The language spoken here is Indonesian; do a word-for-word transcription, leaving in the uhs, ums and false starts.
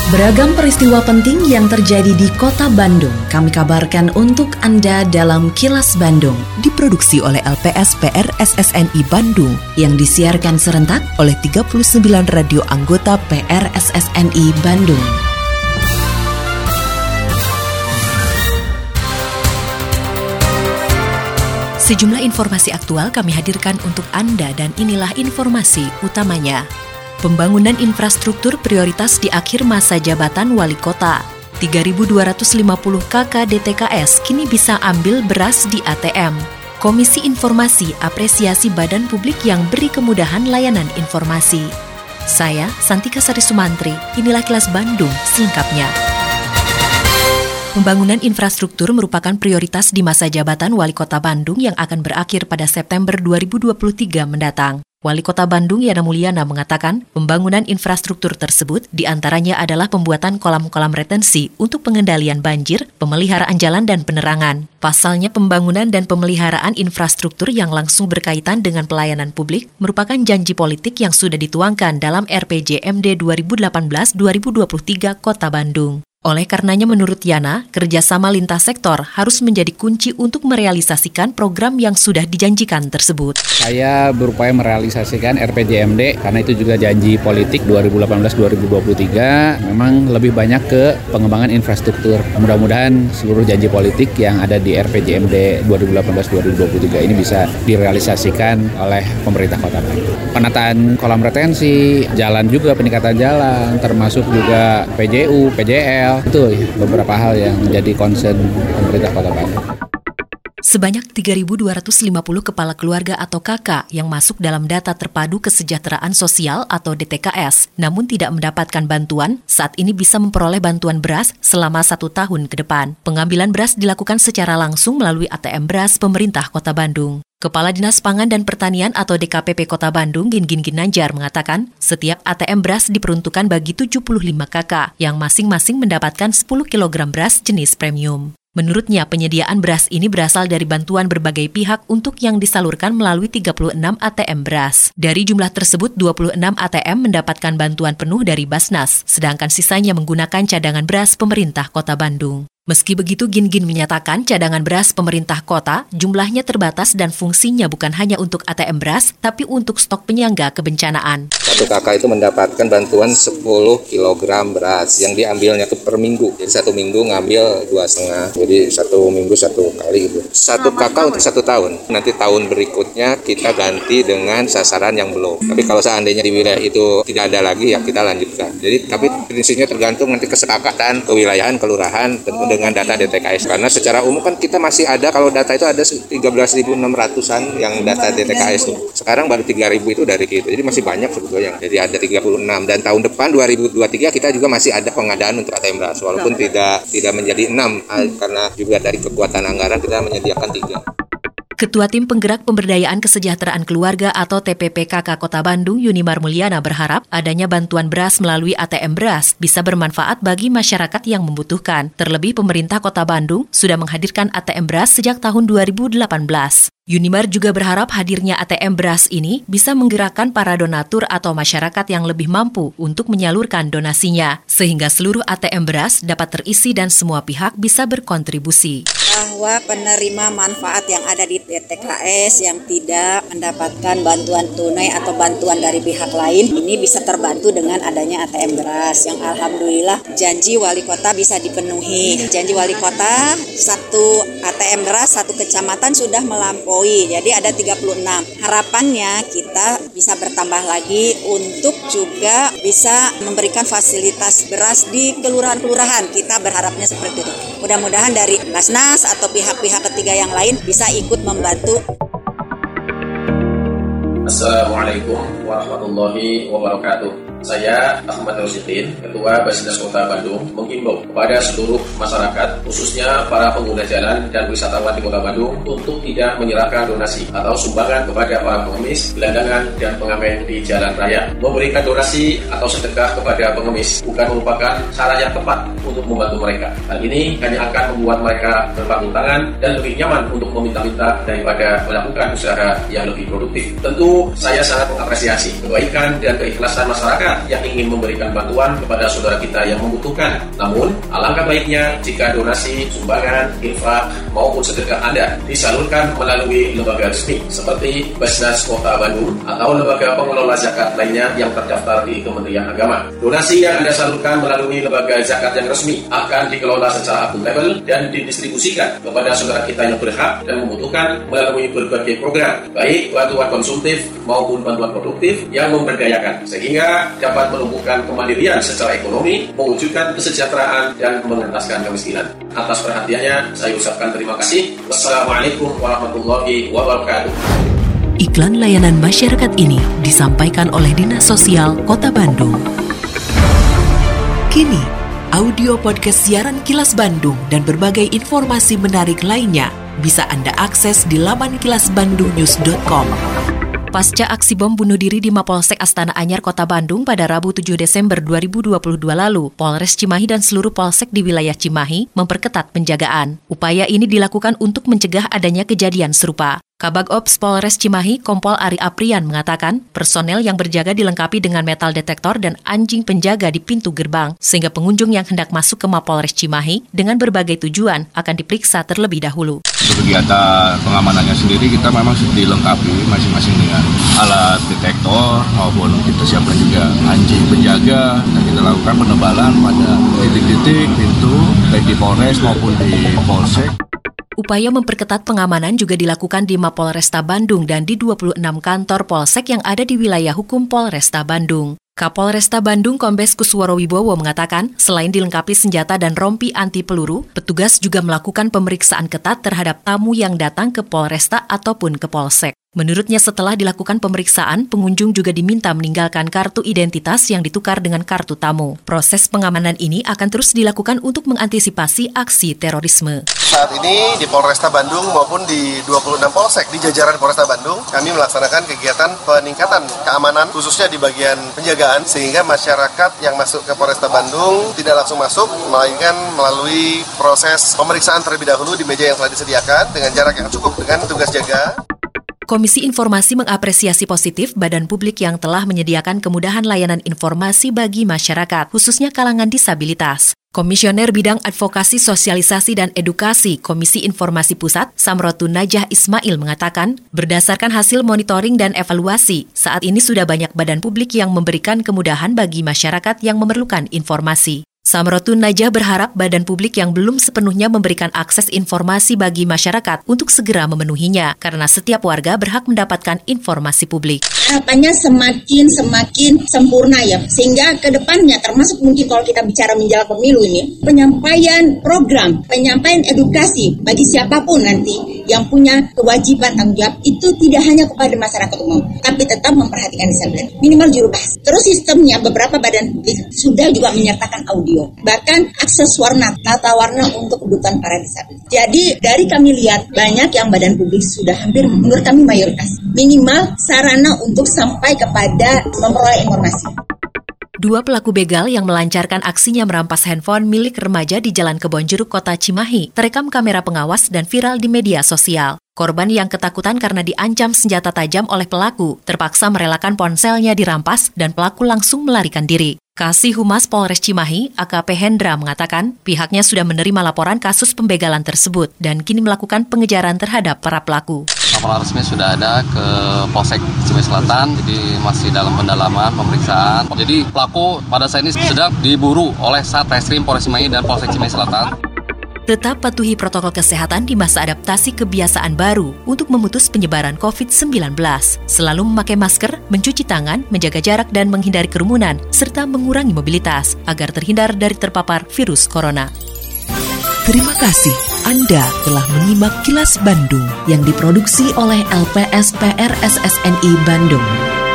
Beragam peristiwa penting yang terjadi di Kota Bandung kami kabarkan untuk Anda dalam Kilas Bandung. Diproduksi oleh L P S P R S S N I Bandung yang disiarkan serentak oleh tiga puluh sembilan radio anggota P R S S N I Bandung. Sejumlah informasi aktual kami hadirkan untuk Anda dan inilah informasi utamanya. Pembangunan infrastruktur prioritas di akhir masa jabatan wali kota. tiga ribu dua ratus lima puluh K K D T K S kini bisa ambil beras di A T M. Komisi Informasi apresiasi Badan Publik yang beri kemudahan layanan informasi. Saya, Santika Sari Sumantri, inilah Kilas Bandung selengkapnya. Pembangunan infrastruktur merupakan prioritas di masa jabatan Wali Kota Bandung yang akan berakhir pada September dua ribu dua puluh tiga mendatang. Wali Kota Bandung Yana Mulyana mengatakan pembangunan infrastruktur tersebut diantaranya adalah pembuatan kolam-kolam retensi untuk pengendalian banjir, pemeliharaan jalan dan penerangan. Pasalnya pembangunan dan pemeliharaan infrastruktur yang langsung berkaitan dengan pelayanan publik merupakan janji politik yang sudah dituangkan dalam R P J M D dua ribu delapan belas dua ribu dua puluh tiga Kota Bandung. Oleh karenanya menurut Yana, kerjasama lintas sektor harus menjadi kunci untuk merealisasikan program yang sudah dijanjikan tersebut. Saya berupaya merealisasikan R P J M D karena itu juga janji politik dua ribu delapan belas dua ribu dua puluh tiga memang lebih banyak ke pengembangan infrastruktur. Mudah-mudahan seluruh janji politik yang ada di R P J M D dua ribu delapan belas dua ribu dua puluh tiga ini bisa direalisasikan oleh pemerintah Kota Bandung. Penataan kolam retensi, jalan juga, peningkatan jalan, termasuk juga P J U, P J L. Itu beberapa hal yang menjadi concern pemerintah Kota Bandung. Sebanyak tiga ribu dua ratus lima puluh kepala keluarga atau K K yang masuk dalam data terpadu kesejahteraan sosial atau D T K S, namun tidak mendapatkan bantuan, saat ini bisa memperoleh bantuan beras selama satu tahun ke depan. Pengambilan beras dilakukan secara langsung melalui A T M beras pemerintah Kota Bandung. Kepala Dinas Pangan dan Pertanian atau D K P P Kota Bandung, Gingin Ginanjar, mengatakan setiap A T M beras diperuntukkan bagi tujuh puluh lima K K yang masing-masing mendapatkan sepuluh kilogram beras jenis premium. Menurutnya, penyediaan beras ini berasal dari bantuan berbagai pihak untuk yang disalurkan melalui tiga puluh enam A T M beras. Dari jumlah tersebut, dua puluh enam A T M mendapatkan bantuan penuh dari Basnas, sedangkan sisanya menggunakan cadangan beras pemerintah Kota Bandung. Meski begitu, Gin-Gin menyatakan cadangan beras pemerintah kota jumlahnya terbatas dan fungsinya bukan hanya untuk A T M beras, tapi untuk stok penyangga kebencanaan. Satu K K itu mendapatkan bantuan sepuluh kilogram beras yang diambilnya itu per minggu. Jadi satu minggu ngambil dua setengah, jadi satu minggu satu kali gitu. Satu K K untuk satu tahun. Nanti tahun berikutnya kita ganti dengan sasaran yang belum. Tapi kalau seandainya di wilayah itu tidak ada lagi, ya kita lanjutkan. Jadi tapi prinsipnya tergantung nanti kesepakatan kewilayahan, kelurahan, tentu dengan data D T K S. Karena secara umum kan kita masih ada, kalau data itu ada tiga belas ribu enam ratusan yang data D T K S tuh. Sekarang baru tiga ribu itu dari kita. Jadi masih banyak sebetulnya. Jadi ada tiga puluh enam dan tahun depan dua ribu dua puluh tiga kita juga masih ada pengadaan untuk A T M beras walaupun tidak tidak menjadi enam karena juga dari kekuatan anggaran kita menyediakan tiga. Ketua Tim Penggerak Pemberdayaan Kesejahteraan Keluarga atau T P P K K Kota Bandung, Yunimar Mulyana, berharap adanya bantuan beras melalui A T M beras bisa bermanfaat bagi masyarakat yang membutuhkan. Terlebih pemerintah Kota Bandung sudah menghadirkan A T M beras sejak tahun dua ribu delapan belas. Yunimar juga berharap hadirnya A T M beras ini bisa menggerakkan para donatur atau masyarakat yang lebih mampu untuk menyalurkan donasinya, sehingga seluruh A T M beras dapat terisi dan semua pihak bisa berkontribusi. Bahwa penerima manfaat yang ada di D T K S yang tidak mendapatkan bantuan tunai atau bantuan dari pihak lain ini bisa terbantu dengan adanya A T M beras yang alhamdulillah janji wali kota bisa dipenuhi. Janji wali kota satu A T M beras satu kecamatan sudah melampaui, jadi ada tiga puluh enam. Harapannya kita bisa bertambah lagi untuk juga bisa memberikan fasilitas beras di kelurahan-kelurahan. Kita berharapnya seperti itu. Mudah-mudahan dari Basnas atau pihak-pihak ketiga yang lain bisa ikut membantu. Assalamualaikum warahmatullahi wabarakatuh. Saya Ahmad Rosidin, Ketua Basnas Kota Bandung, menghimbau kepada seluruh masyarakat, khususnya para pengguna jalan dan wisatawan di Kota Bandung, untuk tidak menyerahkan donasi atau sumbangan kepada para pengemis, gelandangan, dan pengamen di jalan raya. Memberikan donasi atau sedekah kepada pengemis bukan merupakan cara yang tepat untuk membantu mereka. Hal ini hanya akan membuat mereka berpanggung tangan dan lebih nyaman untuk meminta-minta daripada melakukan usaha yang lebih produktif. Tentu saya sangat mengapresiasi kebaikan dan keikhlasan masyarakat masyarakat yang ingin memberikan bantuan kepada saudara kita yang membutuhkan. Namun, alangkah baiknya jika donasi, sumbangan, infak, maupun sedekah Anda disalurkan melalui lembaga resmi seperti Basnas Kota Bandung atau lembaga pengelola zakat lainnya yang terdaftar di Kementerian Agama. Donasi yang Anda salurkan melalui lembaga zakat yang resmi akan dikelola secara akuntabel dan didistribusikan kepada saudara kita yang berhak dan membutuhkan melalui berbagai program, baik bantuan konsumtif maupun bantuan produktif yang memberdayakan, sehingga dapat menumbuhkan kemandirian secara ekonomi, mewujudkan kesejahteraan dan mengentaskan kemiskinan. Atas perhatiannya, saya ucapkan terima kasih. Wassalamualaikum warahmatullahi wabarakatuh. Iklan layanan masyarakat ini disampaikan oleh Dinas Sosial Kota Bandung. Kini, audio podcast siaran Kilas Bandung dan berbagai informasi menarik lainnya bisa Anda akses di laman kilas bandung news dot com. Pasca aksi bom bunuh diri di Mapolsek Astana Anyar, Kota Bandung pada Rabu tujuh Desember dua ribu dua puluh dua lalu, Polres Cimahi dan seluruh polsek di wilayah Cimahi memperketat penjagaan. Upaya ini dilakukan untuk mencegah adanya kejadian serupa. Kabag Ops Polres Cimahi, Kompol Ari Aprian mengatakan, personel yang berjaga dilengkapi dengan metal detektor dan anjing penjaga di pintu gerbang, sehingga pengunjung yang hendak masuk ke Mapolres Cimahi dengan berbagai tujuan akan diperiksa terlebih dahulu. Kegiatan pengamanannya sendiri kita memang sudah dilengkapi masing-masing dengan alat detektor maupun kita siapkan juga anjing penjaga dan kita lakukan penebalan pada titik-titik pintu baik di Polres maupun di Polsek. Upaya memperketat pengamanan juga dilakukan di Mapolresta Bandung dan di dua puluh enam kantor polsek yang ada di wilayah hukum Polresta Bandung. Kapolresta Bandung Kombes Kusworo Wibowo mengatakan, selain dilengkapi senjata dan rompi anti peluru, petugas juga melakukan pemeriksaan ketat terhadap tamu yang datang ke Polresta ataupun ke Polsek. Menurutnya setelah dilakukan pemeriksaan, pengunjung juga diminta meninggalkan kartu identitas yang ditukar dengan kartu tamu. Proses pengamanan ini akan terus dilakukan untuk mengantisipasi aksi terorisme. Saat ini di Polresta Bandung maupun di dua puluh enam Polsek di jajaran Polresta Bandung, kami melaksanakan kegiatan peningkatan keamanan khususnya di bagian penjagaan sehingga masyarakat yang masuk ke Polresta Bandung tidak langsung masuk, melainkan melalui proses pemeriksaan terlebih dahulu di meja yang telah disediakan dengan jarak yang cukup dengan tugas jaga. Komisi Informasi mengapresiasi positif Badan Publik yang telah menyediakan kemudahan layanan informasi bagi masyarakat, khususnya kalangan disabilitas. Komisioner Bidang Advokasi, Sosialisasi, dan Edukasi Komisi Informasi Pusat, Samrotun Najah Ismail mengatakan, berdasarkan hasil monitoring dan evaluasi, saat ini sudah banyak badan publik yang memberikan kemudahan bagi masyarakat yang memerlukan informasi. Samrotun Najah berharap badan publik yang belum sepenuhnya memberikan akses informasi bagi masyarakat untuk segera memenuhinya, karena setiap warga berhak mendapatkan informasi publik. Harapannya semakin semakin sempurna ya, sehingga ke depannya termasuk mungkin kalau kita bicara menjelang pemilu ini, penyampaian program, penyampaian edukasi bagi siapapun nanti yang punya kewajiban tanggung jawab itu tidak hanya kepada masyarakat umum, tapi tetap memperhatikan disabilitas. Minimal juru bahasa. Terus sistemnya beberapa badan publik sudah juga menyertakan audio, bahkan akses warna, tata warna untuk kebutuhan para disabilitas. Jadi dari kami lihat banyak yang badan publik sudah hampir menurut kami mayoritas minimal sarana untuk sampai kepada memperoleh informasi. Dua pelaku begal yang melancarkan aksinya merampas handphone milik remaja di Jalan Kebonjeruk, Kota Cimahi, terekam kamera pengawas dan viral di media sosial. Korban yang ketakutan karena diancam senjata tajam oleh pelaku, terpaksa merelakan ponselnya dirampas dan pelaku langsung melarikan diri. Kasih Humas Polres Cimahi, A K P Hendra, mengatakan pihaknya sudah menerima laporan kasus pembegalan tersebut dan kini melakukan pengejaran terhadap para pelaku. Laporan resmi sudah ada ke Polsek Cimahi Selatan, jadi masih dalam pendalaman pemeriksaan. Jadi pelaku pada saat ini sedang diburu oleh Satreskrim Polres Cimahi dan Polsek Cimahi Selatan. Tetap patuhi protokol kesehatan di masa adaptasi kebiasaan baru untuk memutus penyebaran covid sembilan belas. Selalu memakai masker, mencuci tangan, menjaga jarak dan menghindari kerumunan, serta mengurangi mobilitas agar terhindar dari terpapar virus corona. Terima kasih Anda telah menyimak Kilas Bandung yang diproduksi oleh L P S P R S S N I Bandung.